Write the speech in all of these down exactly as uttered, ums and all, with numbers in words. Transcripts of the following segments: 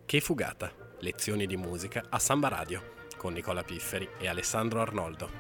Che fugata! Lezioni di musica a Samba Radio con Nicola Pifferi e Alessandro Arnoldo.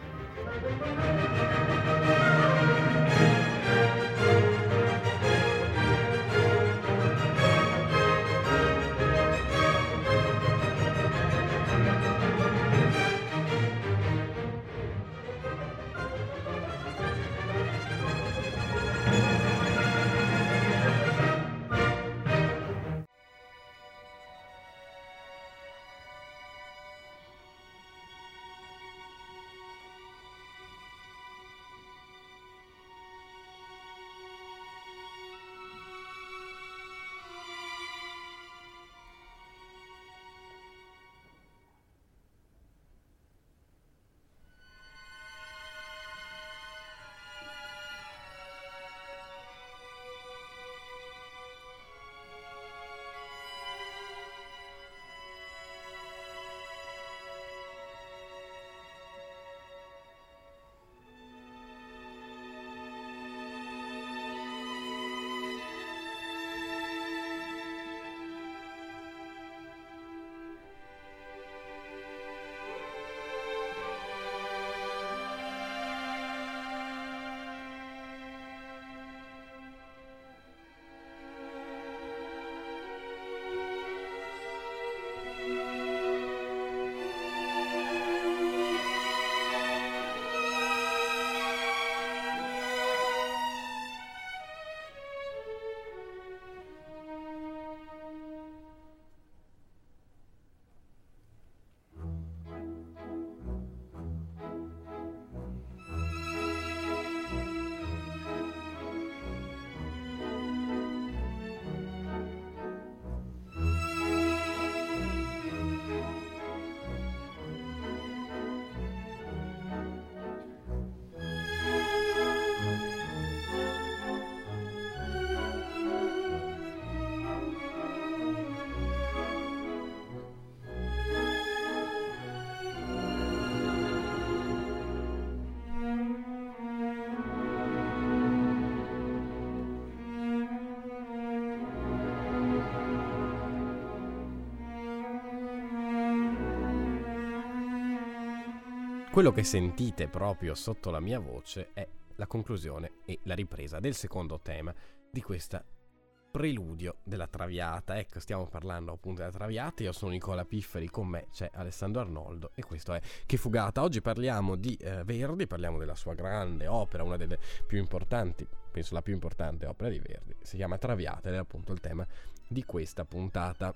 Quello che sentite proprio sotto la mia voce è la conclusione e la ripresa del secondo tema di questa preludio della Traviata. Ecco, stiamo parlando appunto della Traviata. Io sono Nicola Pifferi, con me c'è Alessandro Arnoldo e questo è Che fugata. Oggi parliamo di eh, Verdi, parliamo della sua grande opera, una delle più importanti, penso la più importante opera di Verdi. Si chiama Traviata ed è appunto il tema di questa puntata.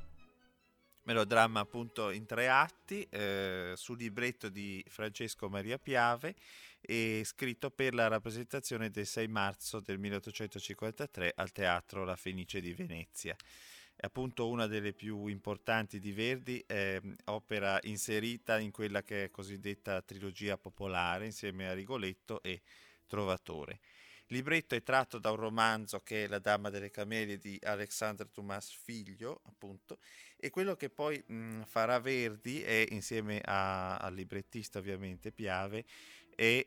Melodramma appunto in tre atti, eh, su libretto di Francesco Maria Piave e scritto per la rappresentazione del sei marzo del milleottocentocinquantatré al Teatro La Fenice di Venezia. È appunto una delle più importanti di Verdi, eh, opera inserita in quella che è cosiddetta trilogia popolare insieme a Rigoletto e Trovatore. Il libretto è tratto da un romanzo che è La Dama delle Camelie di Alexandre Dumas Figlio, appunto, e quello che poi mh, farà Verdi è, insieme a, al librettista ovviamente Piave, è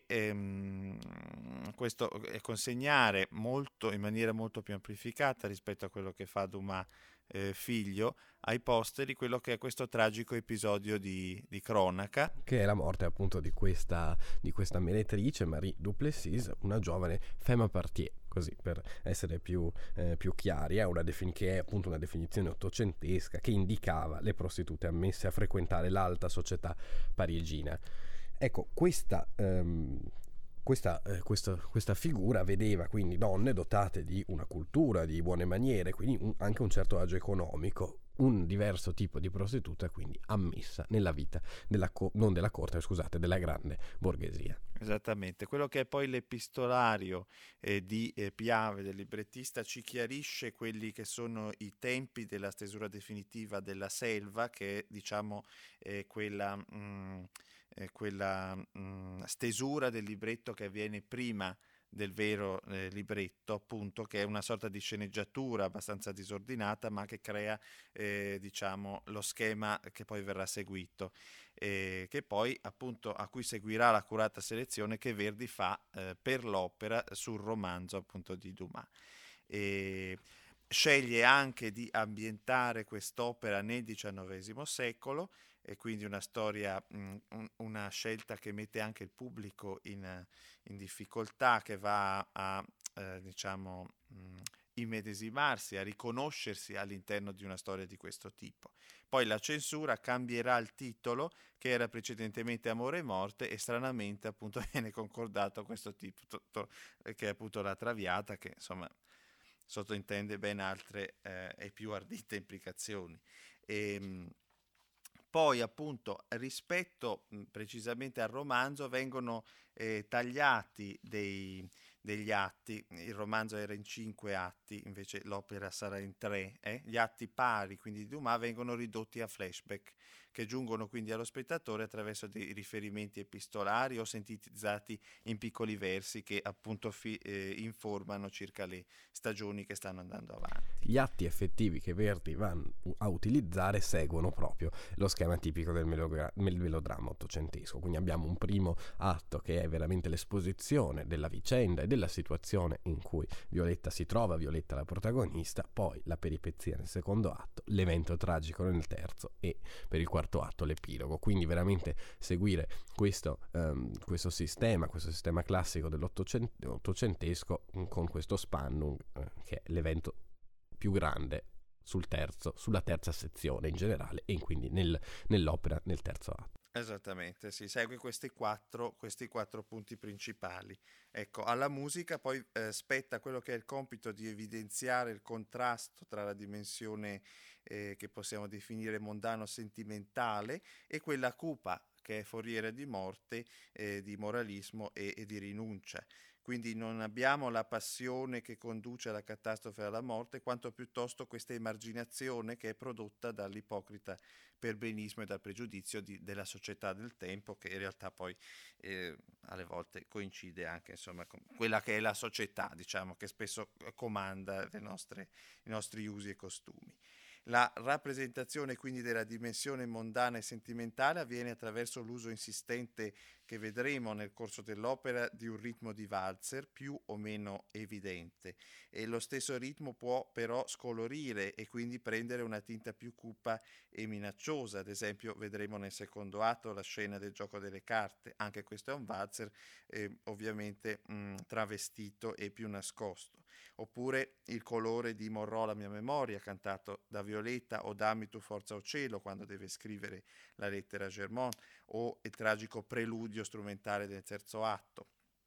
ehm, questo è consegnare molto in maniera molto più amplificata rispetto a quello che fa Dumas eh, Figlio ai posteri quello che è questo tragico episodio di, di cronaca, che è la morte appunto di questa, di questa meretrice Marie Duplessis, una giovane femme partie, così per essere più, eh, più chiari, è una defin- che è appunto una definizione ottocentesca che indicava le prostitute ammesse a frequentare l'alta società parigina. Ecco, questa... Um, Questa, eh, questa, questa figura vedeva quindi donne dotate di una cultura, di buone maniere, quindi un, anche un certo agio economico, un diverso tipo di prostituta quindi ammessa nella vita della co- non della corte, scusate, della grande borghesia. Esattamente, quello che è poi l'epistolario eh, di eh, Piave, del librettista, ci chiarisce quelli che sono i tempi della stesura definitiva della Selva, che è diciamo eh, quella... Mh, Eh, quella mh, stesura del libretto che avviene prima del vero eh, libretto, appunto, che è una sorta di sceneggiatura abbastanza disordinata, ma che crea eh, diciamo lo schema che poi verrà seguito, eh, che poi appunto a cui seguirà l'accurata selezione che Verdi fa eh, per l'opera sul romanzo appunto di Dumas. E sceglie anche di ambientare quest'opera nel diciannovesimo secolo, e quindi una storia, mh, un, una scelta che mette anche il pubblico in, in difficoltà, che va a, eh, diciamo, mh, immedesimarsi, a riconoscersi all'interno di una storia di questo tipo. Poi la censura cambierà il titolo, che era precedentemente Amore e Morte, e stranamente appunto viene concordato questo tipo, to, to, che è appunto La Traviata, che insomma sottintende ben altre eh, e più ardite implicazioni. E, mh, poi appunto rispetto mh, precisamente al romanzo vengono eh, tagliati dei, degli atti. Il romanzo era in cinque atti, invece l'opera sarà in tre. Eh? Gli atti pari, quindi di Dumas, vengono ridotti a flashback, che giungono quindi allo spettatore attraverso dei riferimenti epistolari o sintetizzati in piccoli versi che appunto fi- eh, informano circa le stagioni che stanno andando avanti. Gli atti effettivi che Verdi va a utilizzare seguono proprio lo schema tipico del melogra- del melodramma ottocentesco, quindi abbiamo un primo atto che è veramente l'esposizione della vicenda e della situazione in cui Violetta si trova, Violetta la protagonista, poi la peripezia nel secondo atto, l'evento tragico nel terzo e per il quarto atto l'epilogo. Quindi veramente seguire questo, um, questo sistema, questo sistema classico dell'ottocentesco con questo Spannung, eh, che è l'evento più grande sul terzo, sulla terza sezione in generale, e quindi nel, nell'opera nel terzo atto. Esattamente, si segue questi quattro, questi quattro punti principali. Ecco, alla musica poi eh, spetta quello che è il compito di evidenziare il contrasto tra la dimensione eh, che possiamo definire mondano-sentimentale e quella cupa, che è foriera di morte, eh, di moralismo e, e di rinuncia. Quindi non abbiamo la passione che conduce alla catastrofe e alla morte, quanto piuttosto questa emarginazione che è prodotta dall'ipocrita perbenismo e dal pregiudizio di, della società del tempo, che in realtà poi eh, alle volte coincide anche insomma con quella che è la società, diciamo, che spesso comanda le nostre, i nostri usi e costumi. La rappresentazione quindi della dimensione mondana e sentimentale avviene attraverso l'uso insistente, che vedremo nel corso dell'opera, di un ritmo di valzer più o meno evidente, e lo stesso ritmo può però scolorire e quindi prendere una tinta più cupa e minacciosa. Ad esempio vedremo nel secondo atto la scena del gioco delle carte, anche questo è un valzer eh, ovviamente mh, travestito e più nascosto. Oppure il colore di Morrò la mia memoria, cantato da Violetta, o Dammi tu forza o cielo, quando deve scrivere la lettera a Germont, o il tragico preludio strumentale del terzo atto,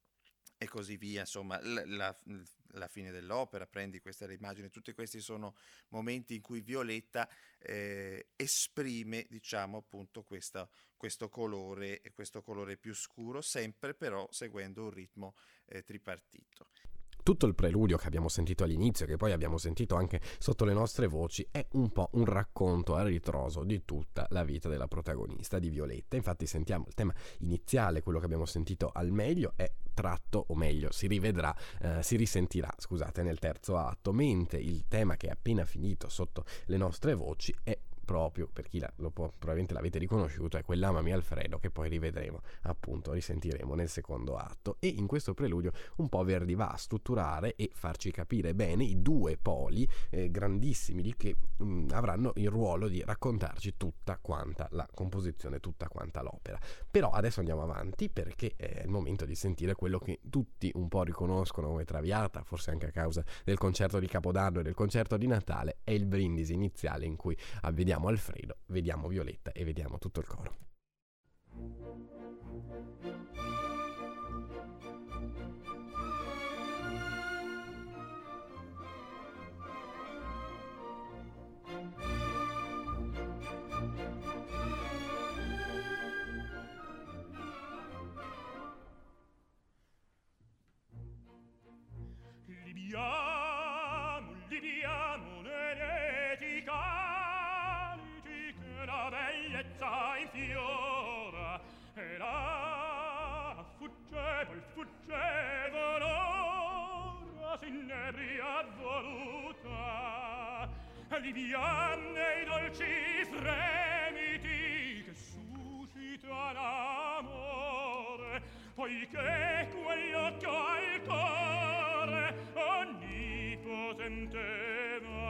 e così via. Insomma, la, la, la fine dell'opera, prendi questa immagine, tutti questi sono momenti in cui Violetta eh, esprime, diciamo, appunto questa, questo colore, questo colore più scuro, sempre però seguendo un ritmo eh, tripartito. Tutto il preludio che abbiamo sentito all'inizio, che poi abbiamo sentito anche sotto le nostre voci, è un po' un racconto a ritroso di tutta la vita della protagonista, di Violetta. Infatti sentiamo il tema iniziale, quello che abbiamo sentito al meglio, è tratto, o meglio, si rivedrà, eh, si risentirà, scusate, nel terzo atto, mentre il tema che è appena finito sotto le nostre voci è proprio, per chi la, lo può, probabilmente l'avete riconosciuto, è quell'Amami Alfredo, che poi rivedremo, appunto, risentiremo nel secondo atto. E in questo preludio un po' Verdi va a strutturare e farci capire bene i due poli eh, grandissimi che mh, avranno il ruolo di raccontarci tutta quanta la composizione, tutta quanta l'opera. Però adesso andiamo avanti, perché è il momento di sentire quello che tutti un po' riconoscono come Traviata, forse anche a causa del concerto di Capodanno e del concerto di Natale, è il brindisi iniziale in cui vediamo Alfredo, vediamo Violetta e vediamo tutto il coro. Libiamo, libiamo l'eretica, la bellezza infiora, e la fuggevol, fuggevol ora s'inebria voluta. Liviane i dolci fremiti che suscita l'amore, poiché quell'occhio al cuore onnipotente va.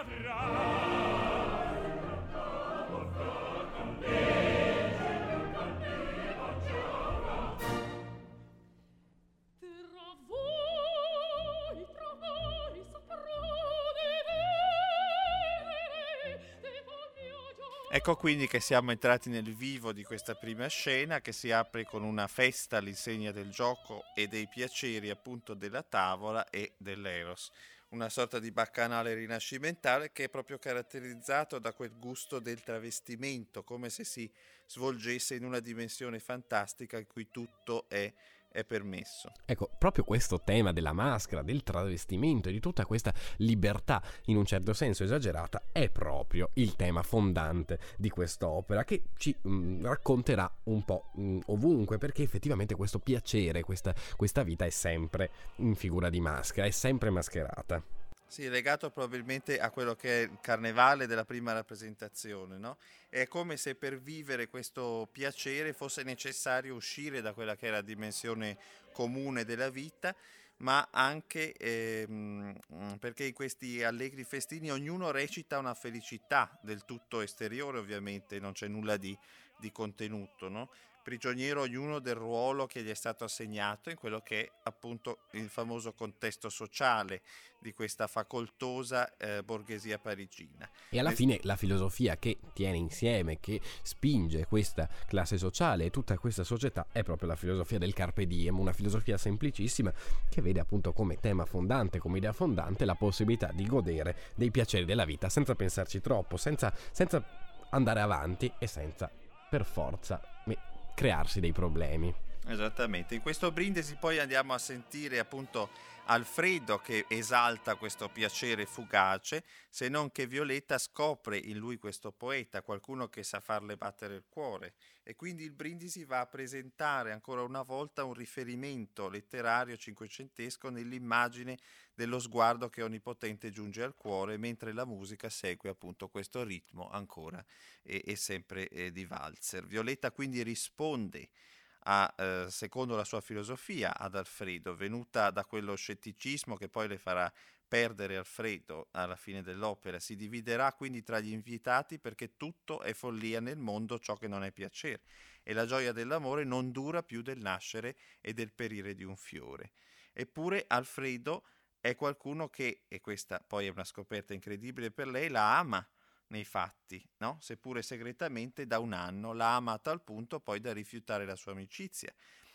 Ecco quindi che siamo entrati nel vivo di questa prima scena, che si apre con una festa all'insegna del gioco e dei piaceri appunto della tavola e dell'eros, una sorta di baccanale rinascimentale che è proprio caratterizzato da quel gusto del travestimento, come se si svolgesse in una dimensione fantastica in cui tutto è è permesso. Ecco, proprio questo tema della maschera, del travestimento e di tutta questa libertà, in un certo senso esagerata, è proprio il tema fondante di quest'opera, che ci mh, racconterà un po' mh, ovunque, perché effettivamente questo piacere, questa, questa vita è sempre in figura di maschera, è sempre mascherata. Sì, legato probabilmente a quello che è il carnevale della prima rappresentazione, no? È come se per vivere questo piacere fosse necessario uscire da quella che è la dimensione comune della vita, ma anche ehm, perché in questi allegri festini ognuno recita una felicità del tutto esteriore, ovviamente, non c'è nulla di, di contenuto, no? Prigioniero ognuno del ruolo che gli è stato assegnato in quello che è appunto il famoso contesto sociale di questa facoltosa eh, borghesia parigina. E alla fine la filosofia che tiene insieme, che spinge questa classe sociale e tutta questa società è proprio la filosofia del carpe diem, una filosofia semplicissima che vede appunto come tema fondante, come idea fondante la possibilità di godere dei piaceri della vita senza pensarci troppo, senza, senza andare avanti e senza per forza crearsi dei problemi. Esattamente, in questo brindisi poi andiamo a sentire appunto Alfredo che esalta questo piacere fugace, se non che Violetta scopre in lui questo poeta, qualcuno che sa farle battere il cuore, e quindi il brindisi va a presentare ancora una volta un riferimento letterario cinquecentesco nell'immagine dello sguardo che onnipotente giunge al cuore, mentre la musica segue appunto questo ritmo ancora e, e sempre eh, di valzer. Violetta quindi risponde a, eh, secondo la sua filosofia ad Alfredo, venuta da quello scetticismo che poi le farà perdere Alfredo alla fine dell'opera. Si dividerà quindi tra gli invitati perché tutto è follia nel mondo, ciò che non è piacere, e la gioia dell'amore non dura più del nascere e del perire di un fiore. Eppure Alfredo è qualcuno che, e questa poi è una scoperta incredibile per lei, la ama nei fatti, no? Seppure segretamente da un anno, la ama a tal punto poi da rifiutare la sua amicizia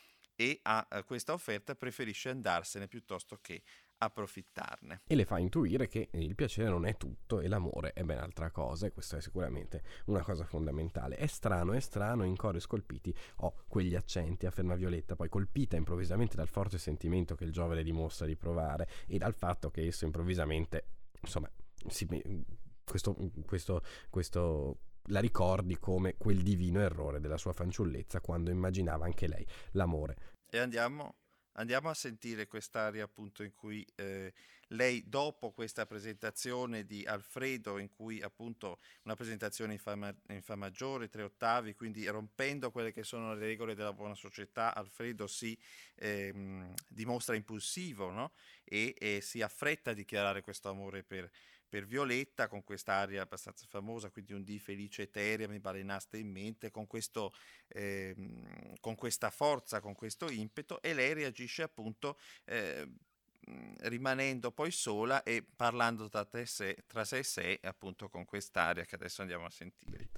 e a, a questa offerta preferisce andarsene piuttosto che approfittarne. E le fa intuire che il piacere non è tutto e l'amore è ben altra cosa, e questa è sicuramente una cosa fondamentale. È strano, è strano, in cori scolpiti ho quegli accenti, afferma Violetta, poi colpita improvvisamente dal forte sentimento che il giovane dimostra di provare e dal fatto che esso improvvisamente, insomma, si... Questo, questo, questo la ricordi come quel divino errore della sua fanciullezza quando immaginava anche lei l'amore. E andiamo, andiamo a sentire quest'aria appunto in cui eh, lei, dopo questa presentazione di Alfredo, in cui appunto una presentazione in fa, ma, in fa maggiore, tre ottavi, quindi rompendo quelle che sono le regole della buona società, Alfredo si ehm, dimostra impulsivo, no? e, e si affretta a dichiarare questo amore per per Violetta, con quest'aria abbastanza famosa, quindi un di felice eterea mi balenaste in mente, con, questo, eh, con questa forza, con questo impeto, e lei reagisce appunto eh, rimanendo poi sola e parlando tra, te sé, tra sé e sé, appunto con quest'aria che adesso andiamo a sentire.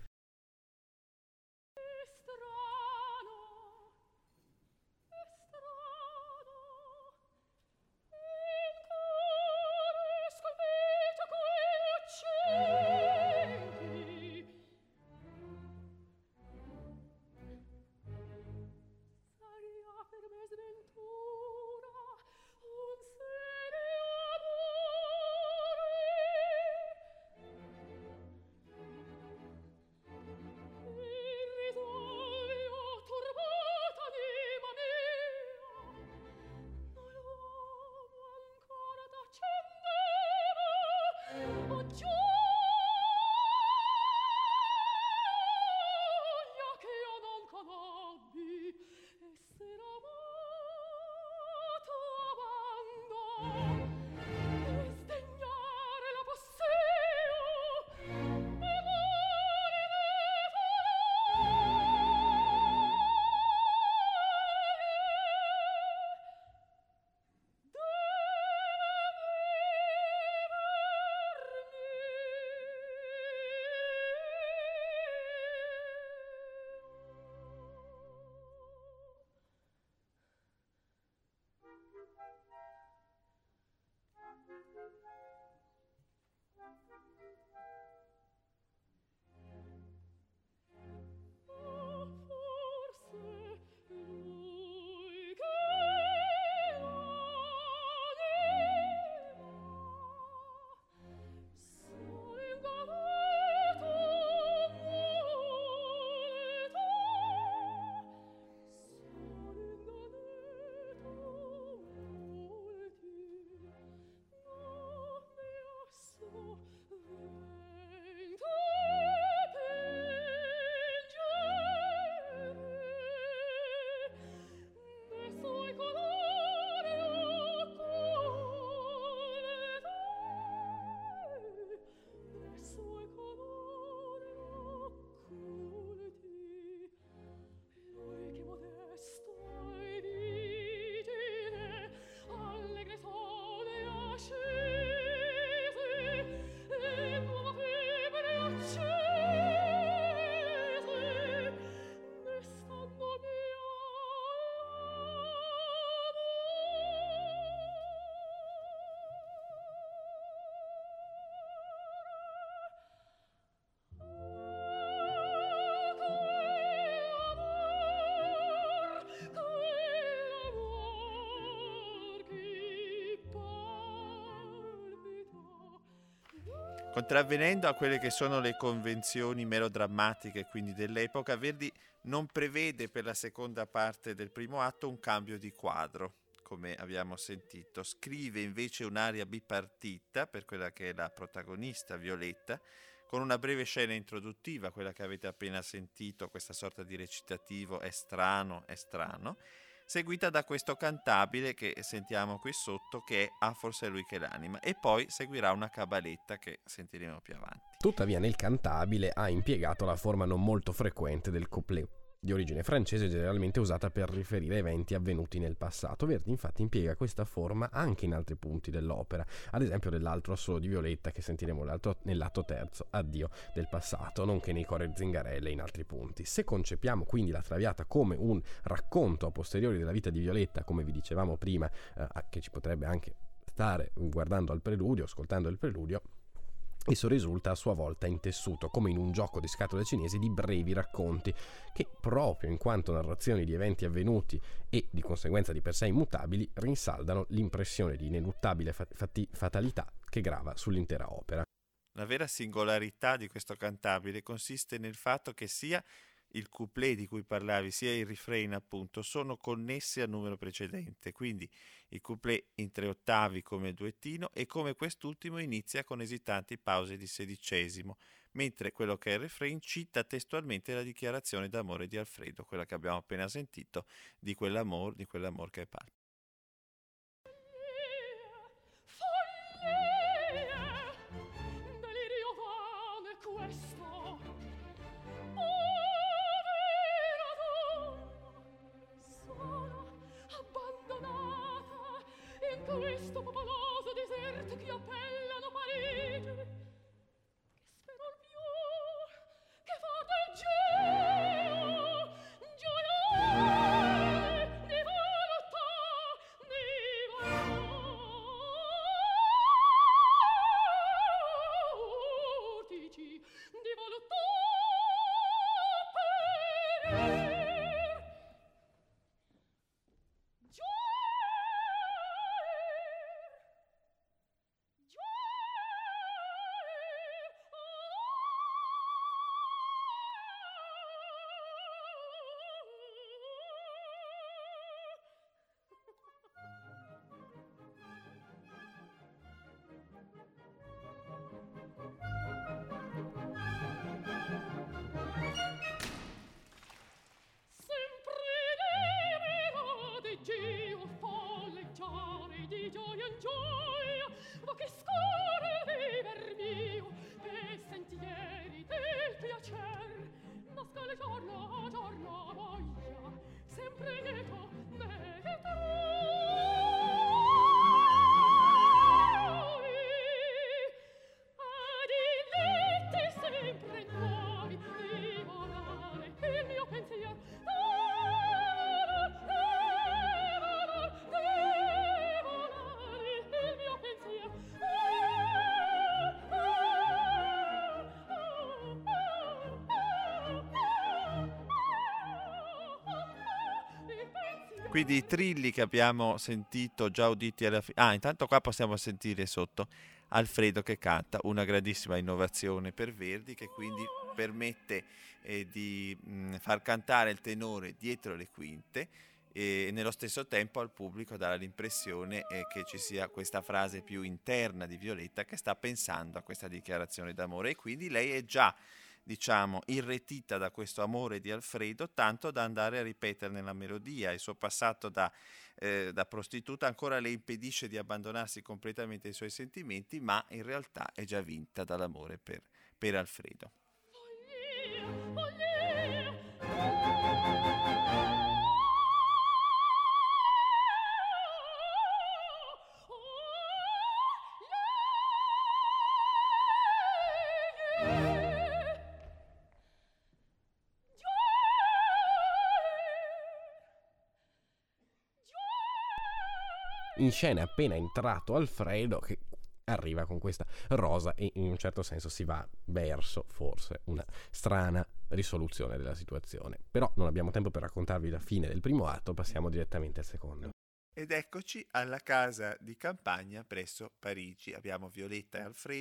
Contravvenendo a quelle che sono le convenzioni melodrammatiche, quindi dell'epoca, Verdi non prevede per la seconda parte del primo atto un cambio di quadro, come abbiamo sentito. Scrive invece un'aria bipartita per quella che è la protagonista, Violetta, con una breve scena introduttiva, quella che avete appena sentito, questa sorta di recitativo è strano, è strano, seguita da questo cantabile che sentiamo qui sotto, che è Ah, forse è lui che è l'anima, e poi seguirà una cabaletta che sentiremo più avanti. Tuttavia nel cantabile ha impiegato la forma non molto frequente del couplet, di origine francese generalmente usata per riferire eventi avvenuti nel passato. Verdi infatti impiega questa forma anche in altri punti dell'opera, ad esempio nell'altro assolo di Violetta che sentiremo nell'atto terzo, Addio del passato, nonché nei cori Zingarelle e in altri punti. Se concepiamo quindi la Traviata come un racconto a posteriori della vita di Violetta, come vi dicevamo prima, eh, che ci potrebbe anche stare guardando al preludio, ascoltando il preludio, esso risulta a sua volta intessuto come in un gioco di scatole cinesi di brevi racconti che, proprio in quanto narrazioni di eventi avvenuti e di conseguenza di per sé immutabili, rinsaldano l'impressione di ineluttabile fat- fatalità che grava sull'intera opera. La vera singolarità di questo cantabile consiste nel fatto che sia il couplet di cui parlavi sia il refrain appunto sono connessi al numero precedente, quindi il couplet in tre ottavi come il duettino e come quest'ultimo inizia con esitanti pause di sedicesimo, mentre quello che è il refrain cita testualmente la dichiarazione d'amore di Alfredo, quella che abbiamo appena sentito, di quell'amor, di quell'amor che è palpabile. Questo popoloso deserto che appellano Parigi, che spero il più, che fa del Geo, gioione di volontà, di vortici, di volontà per Quindi i trilli che abbiamo sentito, già uditi alla fine. Ah, intanto qua possiamo sentire sotto Alfredo che canta, una grandissima innovazione per Verdi che quindi permette eh, di mh, far cantare il tenore dietro le quinte e nello stesso tempo al pubblico dare l'impressione eh, che ci sia questa frase più interna di Violetta che sta pensando a questa dichiarazione d'amore e quindi lei è già, diciamo, irretita da questo amore di Alfredo, tanto da andare a ripetere nella melodia. Il suo passato da, eh, da prostituta ancora le impedisce di abbandonarsi completamente ai suoi sentimenti, ma in realtà è già vinta dall'amore per, per Alfredo. In scena è appena entrato Alfredo che arriva con questa rosa e in un certo senso si va verso forse una strana risoluzione della situazione. Però non abbiamo tempo per raccontarvi la fine del primo atto, passiamo direttamente al secondo. Ed eccoci alla casa di campagna presso Parigi. Abbiamo Violetta e Alfredo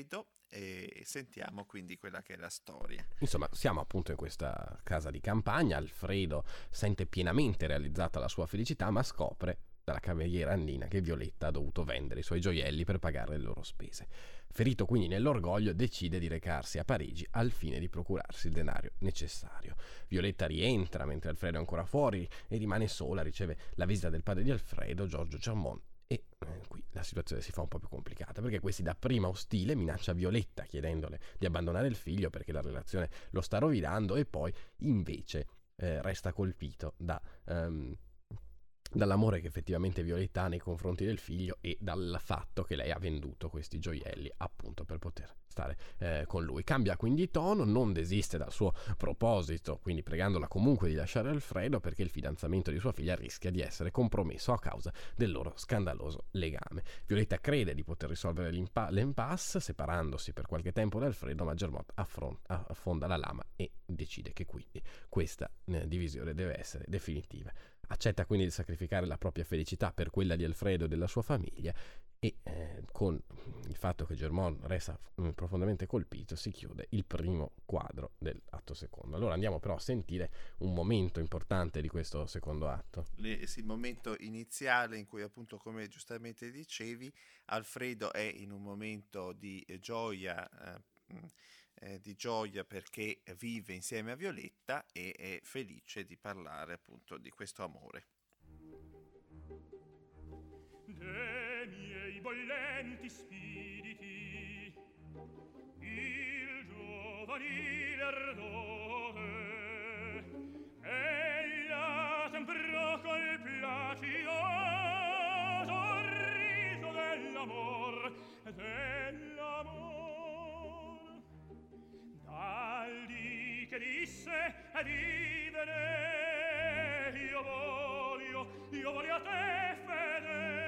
e sentiamo quindi quella che è la storia. Insomma, siamo appunto in questa casa di campagna. Alfredo sente pienamente realizzata la sua felicità, ma scopre dalla cameriera Annina che Violetta ha dovuto vendere i suoi gioielli per pagare le loro spese. Ferito quindi nell'orgoglio, decide di recarsi a Parigi al fine di procurarsi il denaro necessario. Violetta rientra mentre Alfredo è ancora fuori e rimane sola, riceve la visita del padre di Alfredo, Giorgio Germont, e eh, qui la situazione si fa un po' più complicata, perché questi dapprima ostile minaccia Violetta chiedendole di abbandonare il figlio perché la relazione lo sta rovinando, e poi invece eh, resta colpito da... Um, dall'amore che effettivamente Violetta ha nei confronti del figlio e dal fatto che lei ha venduto questi gioielli appunto per poter stare eh, con lui. Cambia quindi tono, non desiste dal suo proposito, quindi pregandola comunque di lasciare Alfredo perché il fidanzamento di sua figlia rischia di essere compromesso a causa del loro scandaloso legame. Violetta crede di poter risolvere l'impa- l'impasse separandosi per qualche tempo da Alfredo, ma Germont affron- affonda la lama e decide che quindi questa eh, divisione deve essere definitiva. Accetta quindi di sacrificare la propria felicità per quella di Alfredo e della sua famiglia, e eh, con il fatto che Germont resta mh, profondamente colpito si chiude il primo quadro dell'atto secondo. Allora andiamo però a sentire un momento importante di questo secondo atto. Le, sì, il momento iniziale in cui appunto, come giustamente dicevi, Alfredo è in un momento di eh, gioia eh, eh, di gioia perché vive insieme a Violetta e è felice di parlare appunto di questo amore. De miei bollenti spiriti il giovanile ardore ella temprò col placido sorriso dell'amor dell'amor dal dì che disse e divene io voglio io voglio a te fedele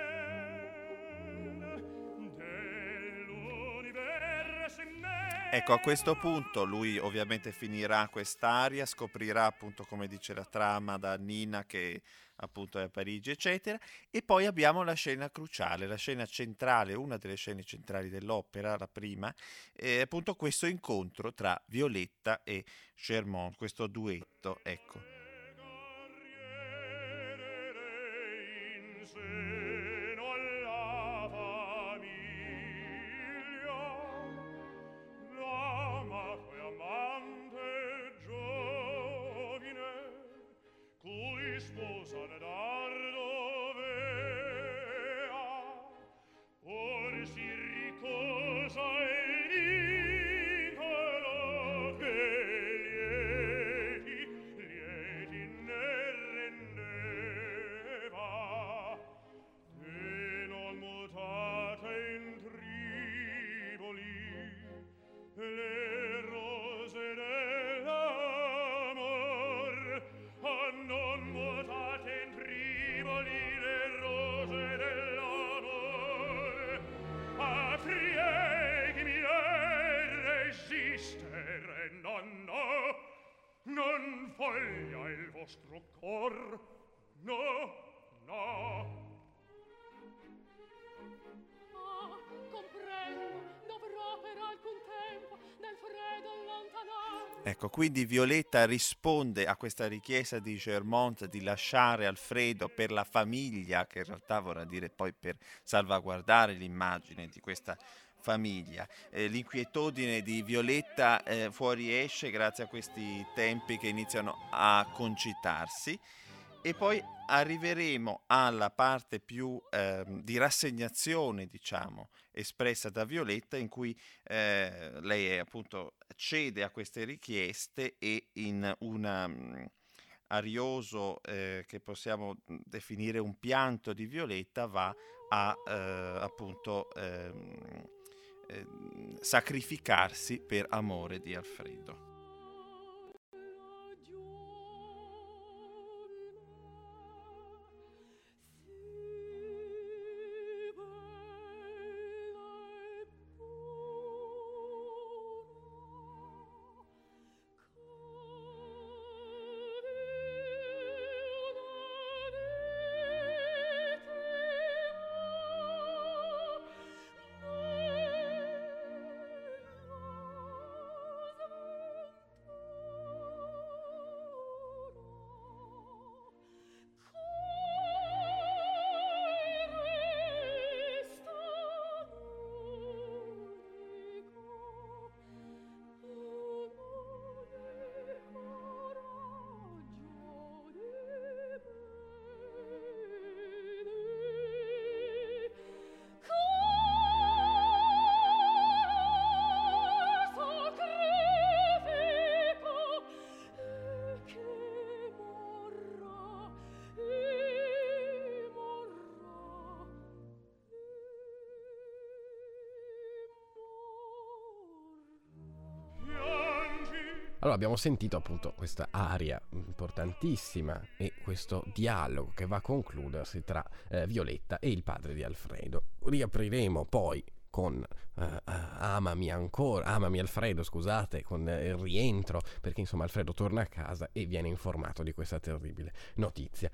dell'universo in me. Ecco, a questo punto lui ovviamente finirà quest'aria, scoprirà appunto, come dice la trama, da Nina che appunto è a Parigi eccetera, e poi abbiamo la scena cruciale, la scena centrale, una delle scene centrali dell'opera, la prima, è appunto questo incontro tra Violetta e Germont, questo duetto, ecco. Non voglia il vostro cor, no, no. Ah, comprendo, dovrò per alcun tempo nel freddo allontanare. Ecco, quindi Violetta risponde a questa richiesta di Germont di lasciare Alfredo per la famiglia, che in realtà vorrà dire poi per salvaguardare l'immagine di questa famiglia. Eh, l'inquietudine di Violetta eh, fuoriesce grazie a questi tempi che iniziano a concitarsi, e poi arriveremo alla parte più eh, di rassegnazione, diciamo, espressa da Violetta, in cui eh, lei è, appunto cede a queste richieste e in un um, arioso eh, che possiamo definire un pianto di Violetta va a eh, appunto ehm, Eh, sacrificarsi per amore di Alfredo. Allora abbiamo sentito appunto questa aria importantissima e questo dialogo che va a concludersi tra eh, Violetta e il padre di Alfredo. Riapriremo poi con uh, uh, Amami ancora, Amami Alfredo, scusate, con uh, il rientro, perché insomma Alfredo torna a casa e viene informato di questa terribile notizia.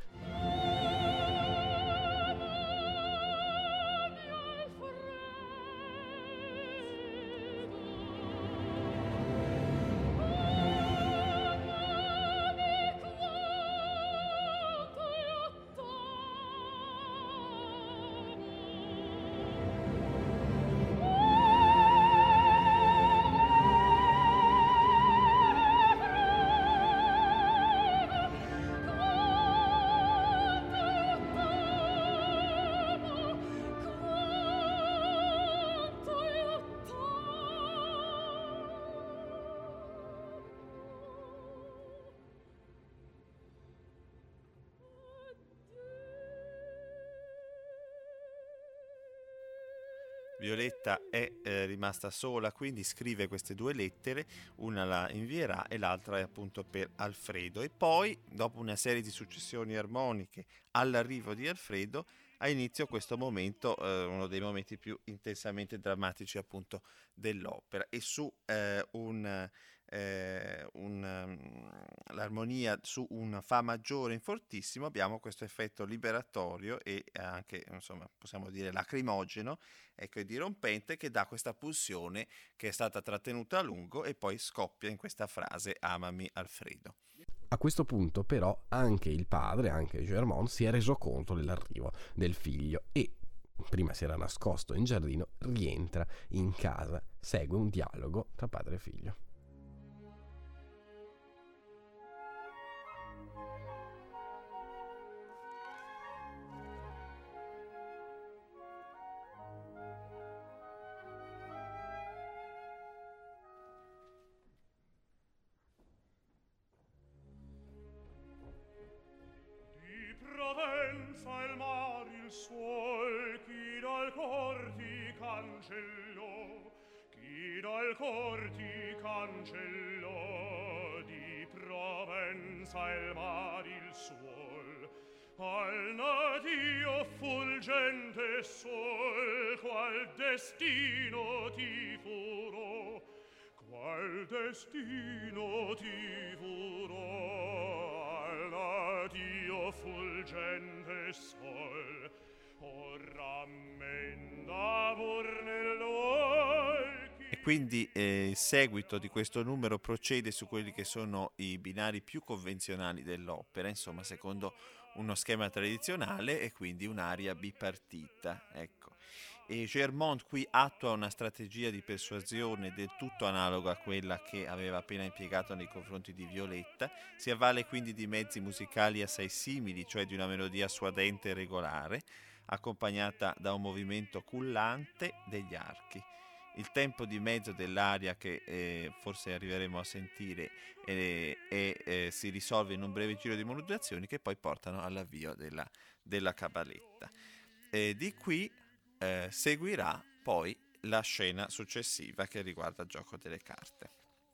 Violetta è eh, rimasta sola, quindi scrive queste due lettere, una la invierà e l'altra è appunto per Alfredo. E poi, dopo una serie di successioni armoniche all'arrivo di Alfredo, ha inizio questo momento, eh, uno dei momenti più intensamente drammatici appunto dell'opera. E su eh, un... Eh, un, um, l'armonia su un fa maggiore in fortissimo abbiamo questo effetto liberatorio e anche, insomma, possiamo dire lacrimogeno, ecco, e dirompente, che dà questa pulsione che è stata trattenuta a lungo e poi scoppia in questa frase "Amami Alfredo". A questo punto però anche il padre, anche Germont, si è reso conto dell'arrivo del figlio e prima si era nascosto in giardino, rientra in casa, segue un dialogo tra padre e figlio. Provenza il mar il suol, chi dal cor ti cancellò, chi dal cor ti cancellò. Di Provenza il mar il suol, al nadio fulgente sol, qual destino ti furò, qual destino ti furò, al nadio fulgente sol, o rammenda pur nell'occhi. E quindi eh, il seguito di questo numero procede su quelli che sono i binari più convenzionali dell'opera, insomma secondo uno schema tradizionale e quindi un'aria bipartita, ecco. E Germont qui attua una strategia di persuasione del tutto analoga a quella che aveva appena impiegato nei confronti di Violetta. Si avvale quindi di mezzi musicali assai simili, cioè di una melodia suadente e regolare, accompagnata da un movimento cullante degli archi. Il tempo di mezzo dell'aria, che eh, forse arriveremo a sentire, eh, eh, eh, si risolve in un breve giro di modulazioni che poi portano all'avvio della, della cabaletta. Eh, di qui Eh, seguirà poi la scena successiva che riguarda il gioco delle carte.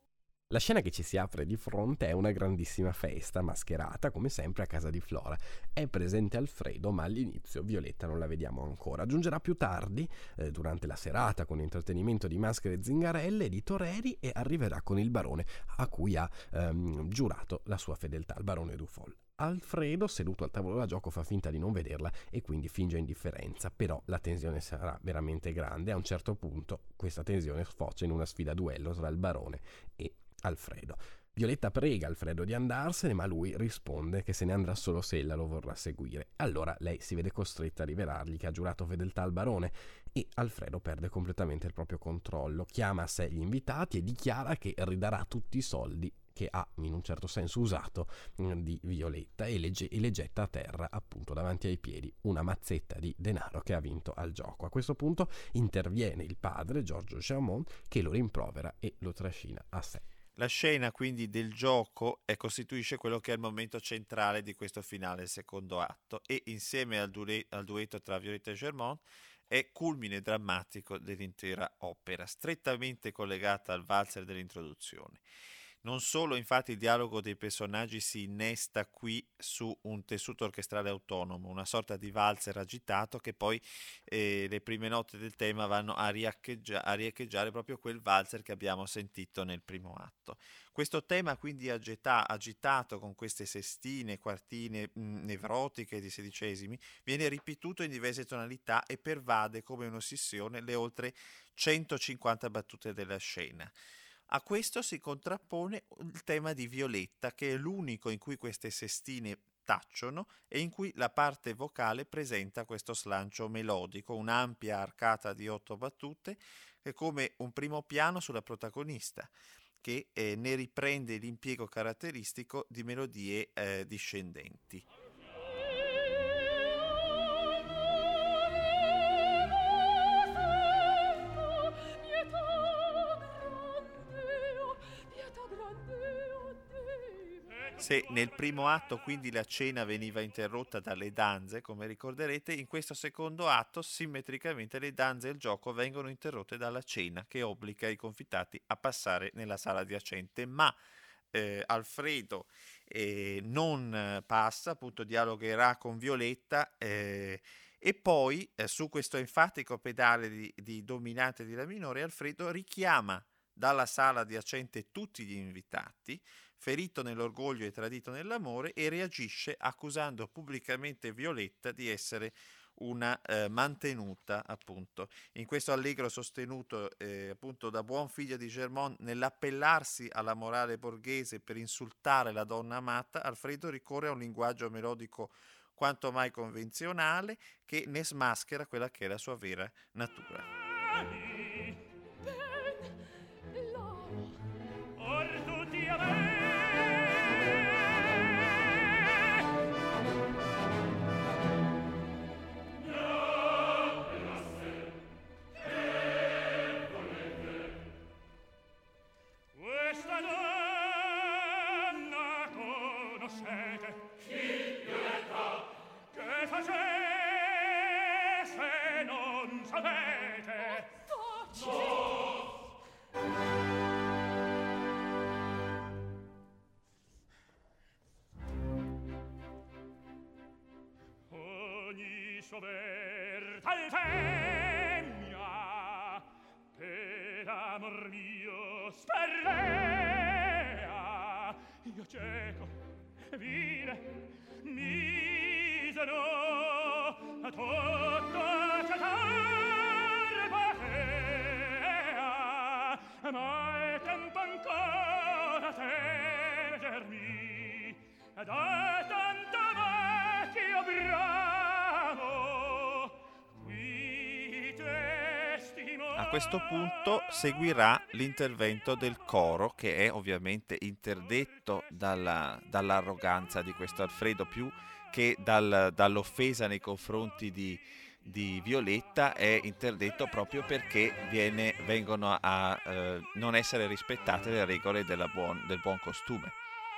La scena che ci si apre di fronte è una grandissima festa mascherata, come sempre a casa di Flora. È presente Alfredo, ma all'inizio Violetta non la vediamo ancora. Giungerà più tardi, eh, durante la serata, con intrattenimento di maschere zingarelle e di toreri, e arriverà con il barone a cui ha ehm, giurato la sua fedeltà, il barone Dufol. Alfredo, seduto al tavolo da gioco, fa finta di non vederla e quindi finge indifferenza, però la tensione sarà veramente grande. A un certo punto questa tensione sfocia in una sfida a duello tra il barone e Alfredo. Violetta prega Alfredo di andarsene, ma lui risponde che se ne andrà solo se ella lo vorrà seguire. Allora lei si vede costretta a rivelargli che ha giurato fedeltà al barone e Alfredo perde completamente il proprio controllo, chiama a sé gli invitati e dichiara che ridarà tutti i soldi che ha in un certo senso usato mh, di Violetta e le, e le getta a terra appunto davanti ai piedi una mazzetta di denaro che ha vinto al gioco. A questo punto interviene il padre, Giorgio Germont, che lo rimprovera e lo trascina a sé. La scena quindi del gioco eh, costituisce quello che è il momento centrale di questo finale, il secondo atto, e insieme al, due, al duetto tra Violetta e Germont è culmine drammatico dell'intera opera, strettamente collegata al valzer dell'introduzione. Non solo, infatti, il dialogo dei personaggi si innesta qui su un tessuto orchestrale autonomo, una sorta di valzer agitato che poi eh, le prime note del tema vanno a, riecheggia- a riecheggiare proprio quel valzer che abbiamo sentito nel primo atto. Questo tema quindi agita- agitato con queste sestine, quartine mh, nevrotiche di sedicesimi viene ripetuto in diverse tonalità e pervade come un'ossessione le oltre centocinquanta battute della scena. A questo si contrappone il tema di Violetta, che è l'unico in cui queste sestine tacciono e in cui la parte vocale presenta questo slancio melodico, un'ampia arcata di otto battute, che è come un primo piano sulla protagonista, che eh, ne riprende l'impiego caratteristico di melodie eh, discendenti. Se nel primo atto quindi la cena veniva interrotta dalle danze, come ricorderete, in questo secondo atto simmetricamente le danze e il gioco vengono interrotte dalla cena che obbliga i confitati a passare nella sala adiacente, ma eh, Alfredo eh, non passa, appunto dialogherà con Violetta eh, e poi eh, su questo enfatico pedale di, di dominante di La minore Alfredo richiama dalla sala adiacente tutti gli invitati, ferito nell'orgoglio e tradito nell'amore, e reagisce accusando pubblicamente Violetta di essere una eh, mantenuta, appunto. In questo allegro sostenuto eh, appunto da buon figlio di Germont nell'appellarsi alla morale borghese per insultare la donna amata, Alfredo ricorre a un linguaggio melodico quanto mai convenzionale che ne smaschera quella che è la sua vera natura. Soverta il femmia per amor mio sperlea, io cieco, vile, misero, a tutto accetar patea, ma è tempo ancora tengermi, ed è tanto vecchio bravo. A questo punto seguirà l'intervento del coro, che è ovviamente interdetto dalla, dall'arroganza di questo Alfredo più che dal, dall'offesa nei confronti di, di Violetta, è interdetto proprio perché viene, vengono a eh, non essere rispettate le regole della buon, del buon costume.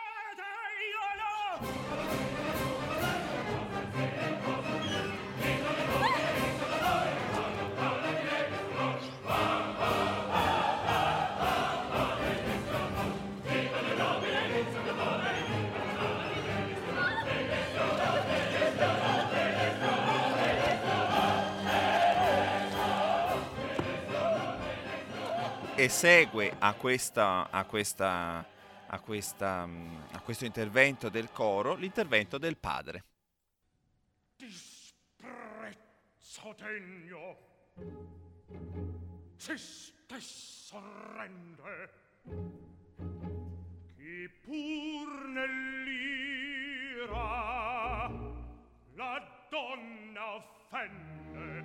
E segue a, questa, a, questa, a, questa, a questo intervento del coro l'intervento del padre. Disprezzo degno, se stesso rende, chi pur nell'ira la donna offende,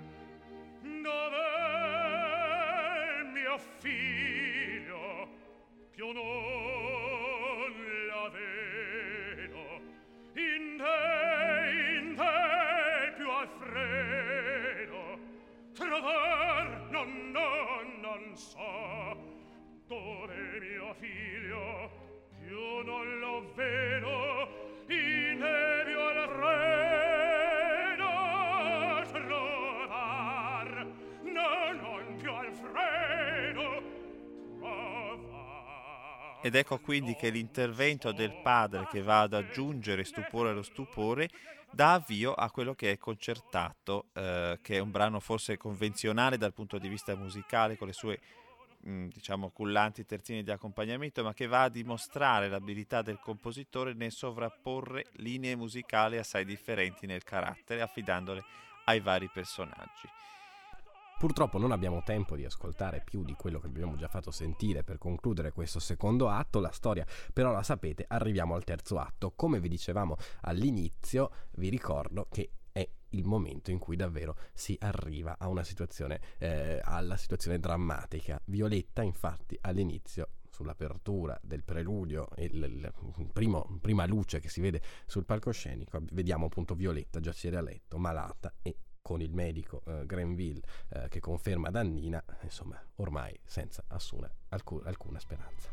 dove mio figlio più non la vedo, in te, in te più Alfredo trovar non, non, non so, dove mio figlio più non lo vedo, in te più Alfredo trovar non, non più Alfredo. Ed ecco quindi che l'intervento del padre, che va ad aggiungere stupore allo stupore, dà avvio a quello che è Concertato, eh, che è un brano forse convenzionale dal punto di vista musicale, con le sue mh, diciamo cullanti terzini di accompagnamento, ma che va a dimostrare l'abilità del compositore nel sovrapporre linee musicali assai differenti nel carattere, affidandole ai vari personaggi. Purtroppo non abbiamo tempo di ascoltare più di quello che abbiamo già fatto sentire per concludere questo secondo atto. La storia però la sapete, arriviamo al terzo atto. Come vi dicevamo all'inizio, vi ricordo che è il momento in cui davvero si arriva a una situazione, eh, alla situazione drammatica. Violetta infatti all'inizio, sull'apertura del preludio e il, il primo, prima luce che si vede sul palcoscenico, vediamo appunto Violetta giacere a letto, malata, e con il medico eh, Grenville eh, che conferma Dannina, insomma, ormai senza assuna, alcun, alcuna speranza.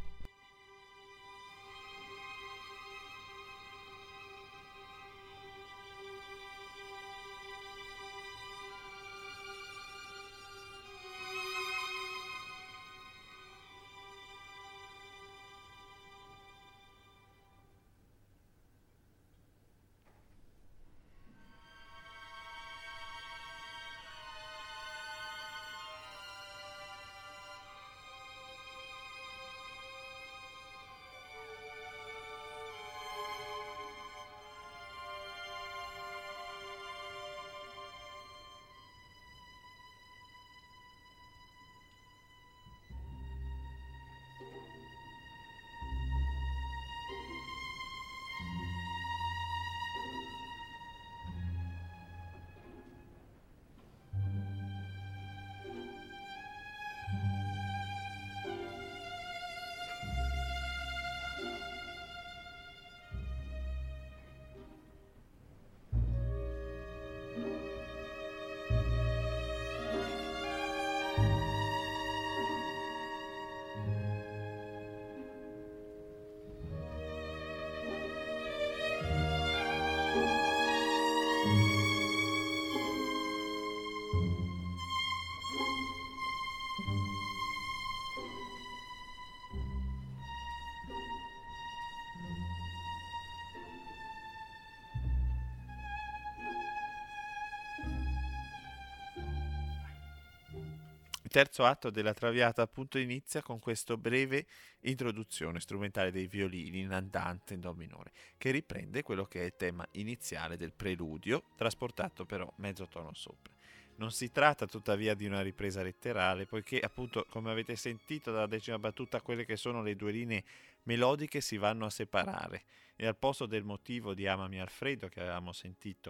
Il terzo atto della Traviata appunto inizia con questa breve introduzione strumentale dei violini in andante in do minore, che riprende quello che è il tema iniziale del preludio, trasportato però mezzo tono sopra. Non si tratta tuttavia di una ripresa letterale, poiché appunto, come avete sentito dalla decima battuta, quelle che sono le due linee melodiche si vanno a separare, e al posto del motivo di Amami Alfredo che avevamo sentito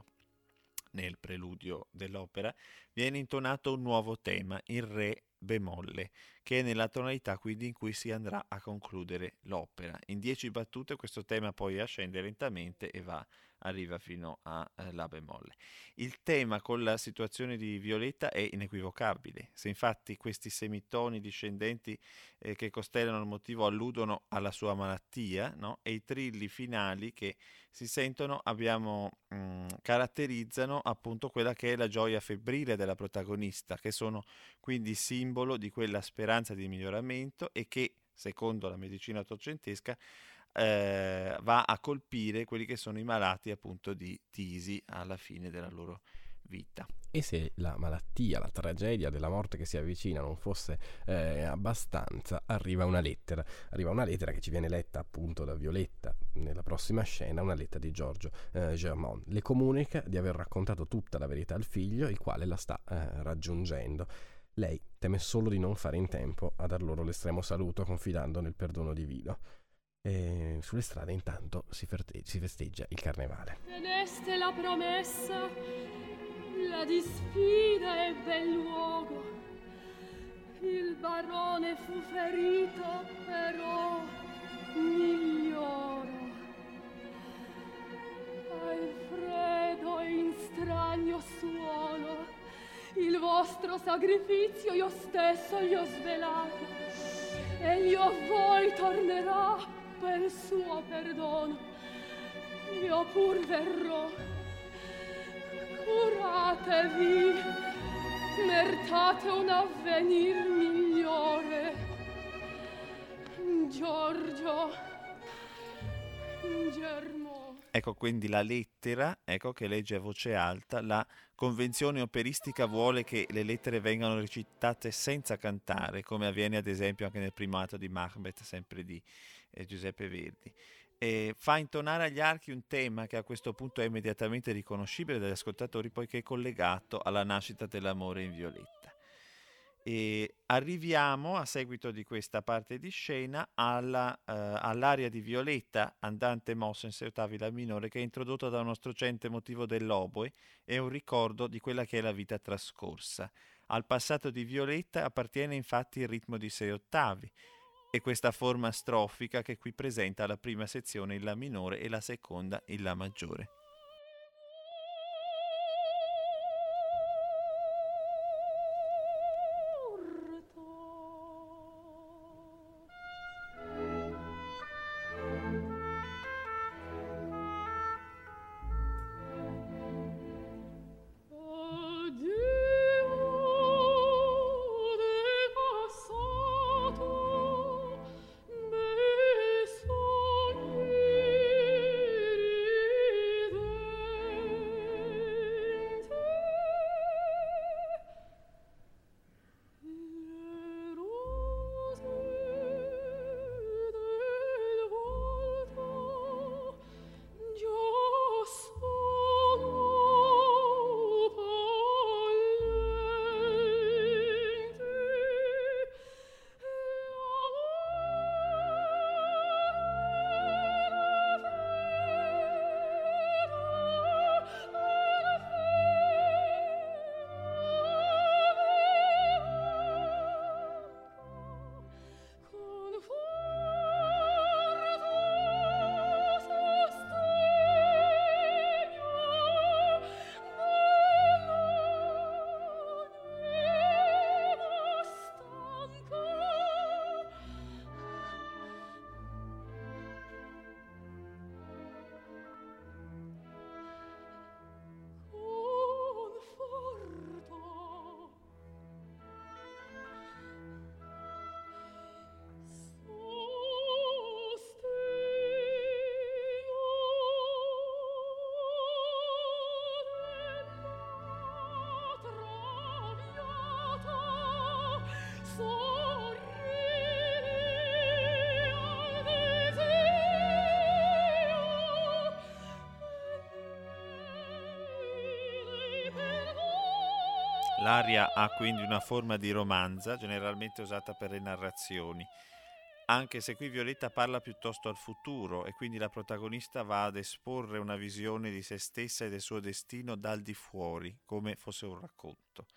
nel preludio dell'opera, viene intonato un nuovo tema, il re bemolle, che è nella tonalità quindi in cui si andrà a concludere l'opera. In dieci battute questo tema poi ascende lentamente e va arriva fino a eh, la bemolle. Il tema con la situazione di Violetta è inequivocabile. Se infatti questi semitoni discendenti eh, che costellano il motivo alludono alla sua malattia, no? E i trilli finali che si sentono abbiamo mh, caratterizzano appunto quella che è la gioia febbrile della protagonista, che sono quindi simbolo di quella speranza di miglioramento e che, secondo la medicina ottocentesca, eh, va a colpire quelli che sono i malati appunto di tisi alla fine della loro vita. E se la malattia, la tragedia della morte che si avvicina non fosse eh, abbastanza, arriva una lettera. Arriva una lettera che ci viene letta appunto da Violetta nella prossima scena, una lettera di Giorgio eh, Germont. Le comunica di aver raccontato tutta la verità al figlio, il quale la sta eh, raggiungendo. Lei teme solo di non fare in tempo a dar loro l'estremo saluto, confidando nel perdono divino. E sulle strade intanto si, ferte- si festeggia il carnevale. Teneste la promessa, la disfida ebbe il luogo. Il barone fu ferito, però migliorò. Alfredo in stagno suono, il vostro sacrificio io stesso gli ho svelato, e io a voi tornerò per suo perdono. Io pur verrò. Curatevi, meritate un avvenir migliore. Giorgio, Germo. Ecco quindi la lettera, ecco che legge a voce alta. La convenzione operistica vuole che le lettere vengano recitate senza cantare, come avviene ad esempio anche nel primo atto di Macbeth, sempre di eh, Giuseppe Verdi. E fa intonare agli archi un tema che a questo punto è immediatamente riconoscibile dagli ascoltatori, poiché è collegato alla nascita dell'amore in Violetta. E arriviamo, a seguito di questa parte di scena, alla, eh, all'aria di Violetta, andante mosso in sei ottavi la minore, che è introdotta da uno struggente motivo dell'oboe e un ricordo di quella che è la vita trascorsa. Al passato di Violetta appartiene infatti il ritmo di sei ottavi, e questa forma strofica che qui presenta la prima sezione in La minore e la seconda in La maggiore. L'aria ha quindi una forma di romanza, generalmente usata per le narrazioni, anche se qui Violetta parla piuttosto al futuro e quindi la protagonista va ad esporre una visione di se stessa e del suo destino dal di fuori, come fosse un racconto.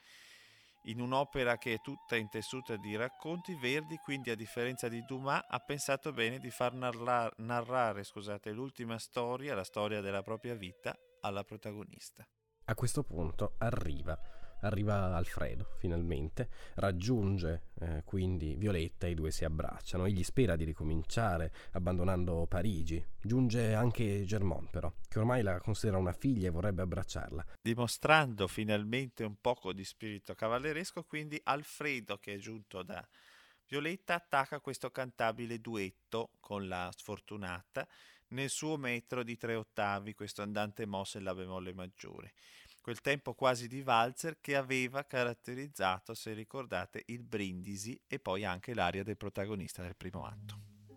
In un'opera che è tutta intessuta di racconti, Verdi, quindi a differenza di Dumas, ha pensato bene di far narrar- narrare scusate, l'ultima storia, la storia della propria vita, alla protagonista. A questo punto arriva, arriva Alfredo, finalmente, raggiunge eh, quindi Violetta e i due si abbracciano. Egli spera di ricominciare, abbandonando Parigi. Giunge anche Germont, però, che ormai la considera una figlia e vorrebbe abbracciarla. Dimostrando finalmente un poco di spirito cavalleresco, quindi Alfredo, che è giunto da Violetta, attacca questo cantabile duetto con la sfortunata nel suo metro di tre ottavi, questo andante mosso in La bemolle maggiore. Quel tempo quasi di valzer che aveva caratterizzato, se ricordate, il Brindisi e poi anche l'aria del protagonista del primo atto.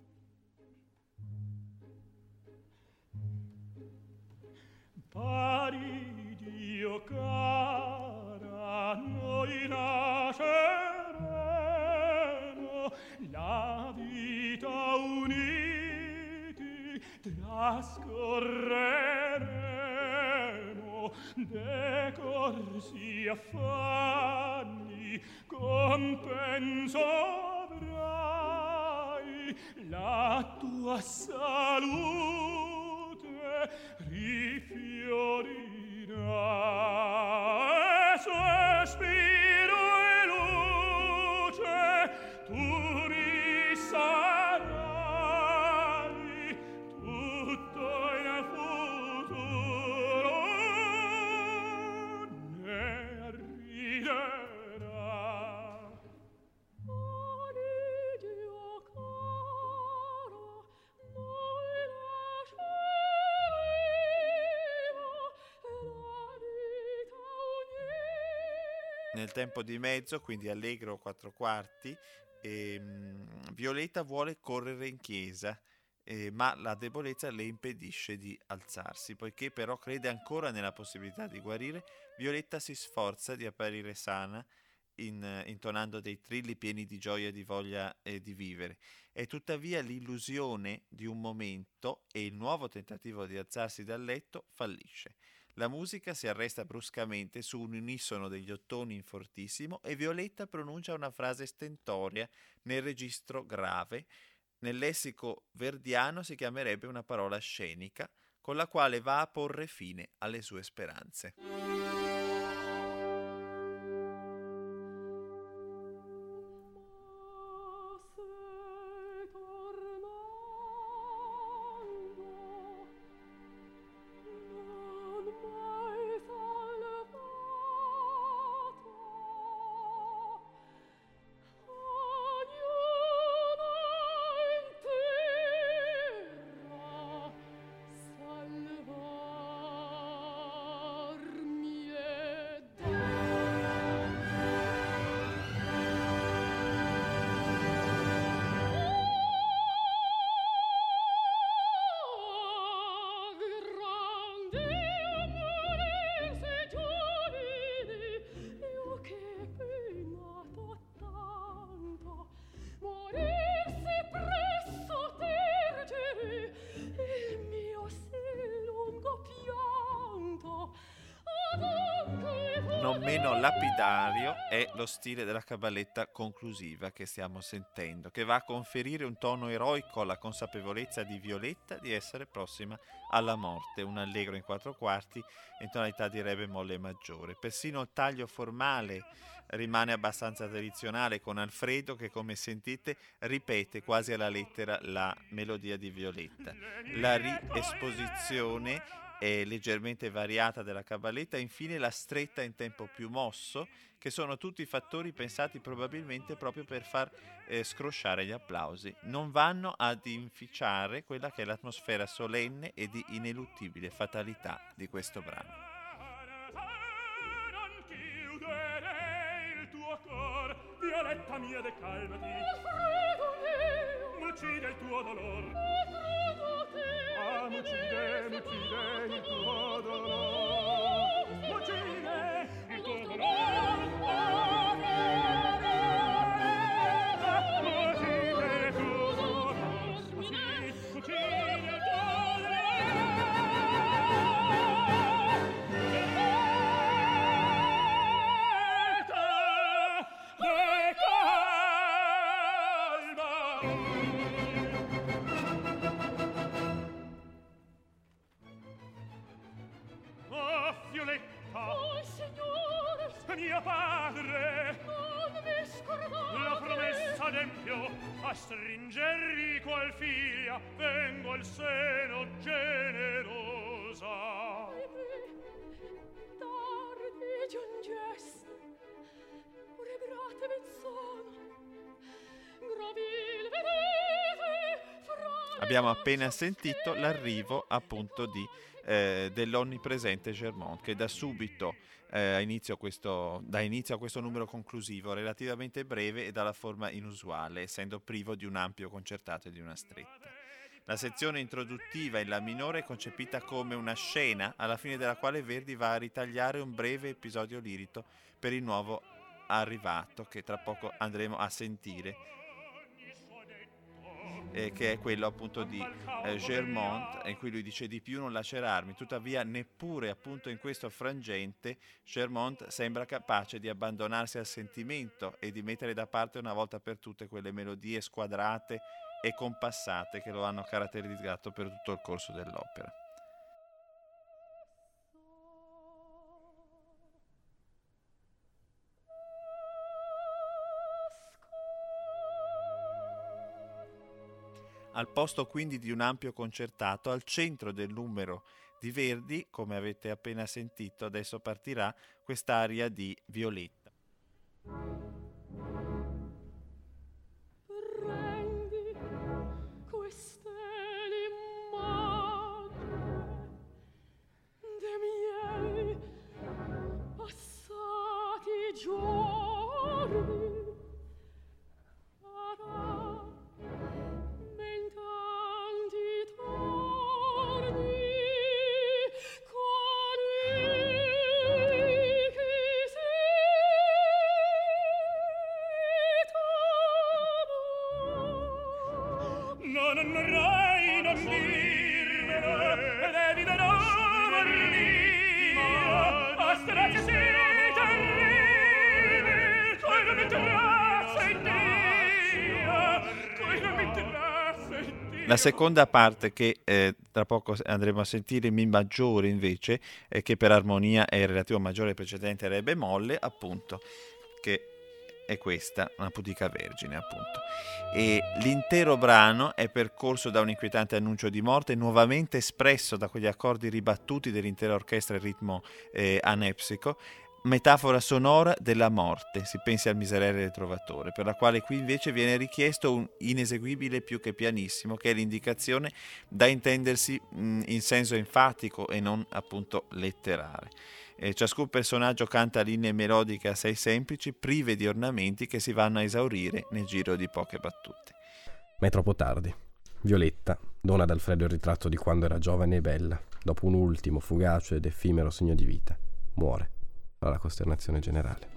Pari Dio cara, noi lasceremo la vita uniti, trascorreremo decorsi affanni, compenso avrai, la tua salute rifiorirà, sospiro e luce tu mi sarai, tutto in futuro ne arriverà. Pari Dio caro, Nel tempo di mezzo, quindi allegro quattro quarti, ehm, Violetta vuole correre in chiesa, eh, ma la debolezza le impedisce di alzarsi. Poiché però crede ancora nella possibilità di guarire, Violetta si sforza di apparire sana, in, intonando dei trilli pieni di gioia e di voglia eh, di vivere. È tuttavia l'illusione di un momento e il nuovo tentativo di alzarsi dal letto fallisce. La musica si arresta bruscamente su un unisono degli ottoni in fortissimo e Violetta pronuncia una frase stentoria nel registro grave. Nel lessico verdiano si chiamerebbe una parola scenica, con la quale va a porre fine alle sue speranze. Non meno lapidario è lo stile della caballetta conclusiva che stiamo sentendo, che va a conferire un tono eroico alla consapevolezza di Violetta di essere prossima alla morte, un allegro in quattro quarti in tonalità di re bemolle maggiore. Persino il taglio formale rimane abbastanza tradizionale, con Alfredo che, come sentite, ripete quasi alla lettera la melodia di Violetta. La riesposizione è leggermente variata della caballetta, e infine la stretta in tempo più mosso, che sono tutti fattori pensati probabilmente proprio per far eh, scrosciare gli applausi. Non vanno ad inficiare quella che è l'atmosfera solenne e di ineluttibile fatalità di questo brano. Non chiudere il tuo cor, Violetta mia, decalmati. M'uccide il tuo dolor. Ah, m'uccide, m'uccide il tuo dolor. M'uccide il tuo dolor. M'uccide il tuo dolor. M'uccide, m'uccide il tuo dolor. Mio padre, non mi scordate, la promessa adempio, a stringervi qual figlia vengo al seno generosa. tardi giungesti, ore grate ven sono, gravil vedete, fra Abbiamo appena sentito l'arrivo appunto di eh, dell'onnipresente Germont, che da subito eh, inizio questo, dà inizio a questo numero conclusivo relativamente breve e dalla forma inusuale, essendo privo di un ampio concertato e di una stretta. La sezione introduttiva in La minore è concepita come una scena alla fine della quale Verdi va a ritagliare un breve episodio lirico per il nuovo arrivato, che tra poco andremo a sentire, Eh, che è quello appunto di eh, Germont, in cui lui dice: di più non lacerarmi. Tuttavia neppure appunto in questo frangente Germont sembra capace di abbandonarsi al sentimento e di mettere da parte una volta per tutte quelle melodie squadrate e compassate che lo hanno caratterizzato per tutto il corso dell'opera. Al posto quindi di un ampio concertato, al centro del numero di Verdi, come avete appena sentito, adesso partirà quest'aria di Violetta. prendi queste l'immagine de miei passati giorni. non vorrei non dirmelo, devi da amor mio, a strati sì terribili, coi non mi trasse in Dio, coi non mi trasse in Dio. La seconda parte, che eh, tra poco andremo a sentire, mi maggiore invece, eh, che per armonia è il relativo maggiore precedente re bemolle, appunto, che è questa, una pudica vergine, appunto. E l'intero brano è percorso da un inquietante annuncio di morte, nuovamente espresso da quegli accordi ribattuti dell'intera orchestra in ritmo eh, anepsico, metafora sonora della morte, si pensi al Miserere del Trovatore, per la quale qui invece viene richiesto un ineseguibile più che pianissimo, che è l'indicazione da intendersi mh, in senso enfatico e non appunto letterale. E ciascun personaggio canta linee melodiche assai semplici, prive di ornamenti, che si vanno a esaurire nel giro di poche battute. Ma è troppo tardi. Violetta dona ad Alfredo il ritratto di quando era giovane e bella, dopo un ultimo fugace ed effimero segno di vita. Muore. La costernazione generale.